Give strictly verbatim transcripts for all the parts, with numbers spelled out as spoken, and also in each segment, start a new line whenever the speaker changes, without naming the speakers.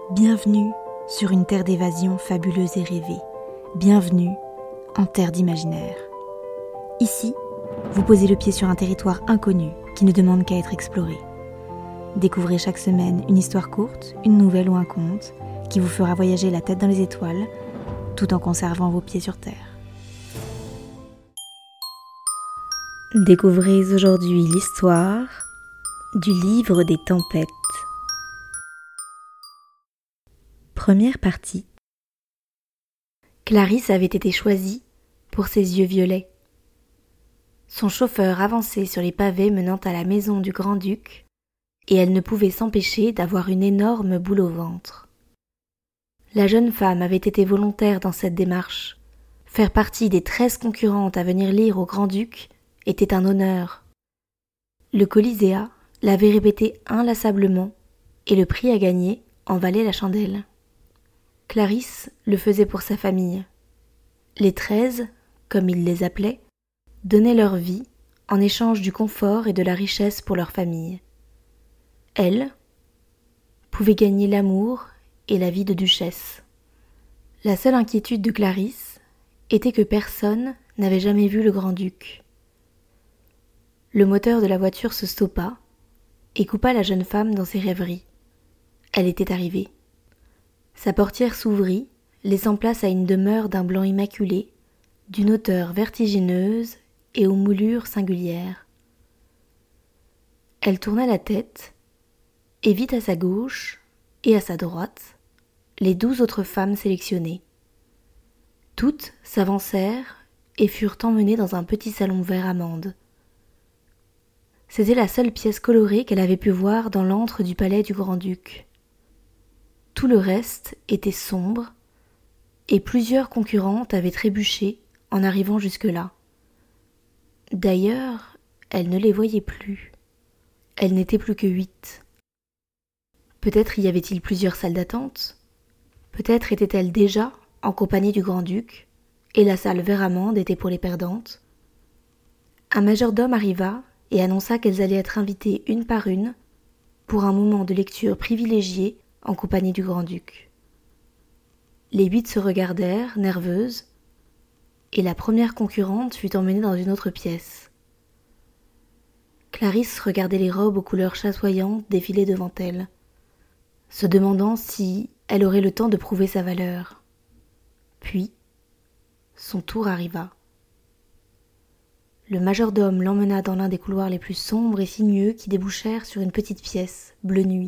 Bienvenue sur une terre d'évasion fabuleuse et rêvée. Bienvenue en terre d'imaginaire. Ici, vous posez le pied sur un territoire inconnu qui ne demande qu'à être exploré. Découvrez chaque semaine une histoire courte, une nouvelle ou un conte qui vous fera voyager la tête dans les étoiles tout en conservant vos pieds sur terre. Découvrez aujourd'hui l'histoire du livre des tempêtes. Première partie. Clarisse avait été choisie pour ses yeux violets. Son chauffeur avançait sur les pavés menant à la maison du grand-duc et elle ne pouvait s'empêcher d'avoir une énorme boule au ventre. La jeune femme avait été volontaire dans cette démarche. Faire partie des treize concurrentes à venir lire au grand-duc était un honneur. Le Coliséa l'avait répété inlassablement et le prix à gagner en valait la chandelle. Clarisse le faisait pour sa famille. Les treize, comme il les appelait, donnaient leur vie en échange du confort et de la richesse pour leur famille. Elle pouvait gagner l'amour et la vie de duchesse. La seule inquiétude de Clarisse était que personne n'avait jamais vu le grand-duc. Le moteur de la voiture se stoppa et coupa la jeune femme dans ses rêveries. Elle était arrivée. Sa portière s'ouvrit, laissant place à une demeure d'un blanc immaculé, d'une hauteur vertigineuse et aux moulures singulières. Elle tourna la tête et vit à sa gauche et à sa droite les douze autres femmes sélectionnées. Toutes s'avancèrent et furent emmenées dans un petit salon vert amande. C'était la seule pièce colorée qu'elle avait pu voir dans l'antre du palais du grand-duc. Tout le reste était sombre, et plusieurs concurrentes avaient trébuché en arrivant jusque-là. D'ailleurs, elle ne les voyait plus. Elles n'étaient plus que huit. Peut-être y avait-il plusieurs salles d'attente. Peut-être était-elle déjà en compagnie du grand-duc, et la salle vert amande était pour les perdantes. Un majordome arriva et annonça qu'elles allaient être invitées une par une pour un moment de lecture privilégié en compagnie du grand-duc. Les huit se regardèrent, nerveuses, et la première concurrente fut emmenée dans une autre pièce. Clarisse regardait les robes aux couleurs chatoyantes défiler devant elle, se demandant si elle aurait le temps de prouver sa valeur. Puis, son tour arriva. Le majordome l'emmena dans l'un des couloirs les plus sombres et sinueux qui débouchèrent sur une petite pièce, bleu nuit.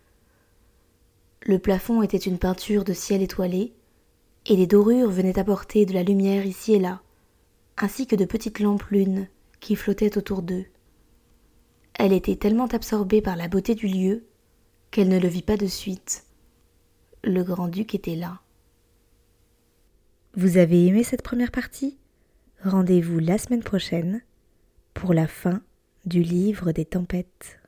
Le plafond était une peinture de ciel étoilé, et des dorures venaient apporter de la lumière ici et là, ainsi que de petites lampes lunes qui flottaient autour d'eux. Elle était tellement absorbée par la beauté du lieu qu'elle ne le vit pas de suite. Le grand-duc était là. Vous avez aimé cette première partie ? Rendez-vous la semaine prochaine pour la fin du livre des tempêtes.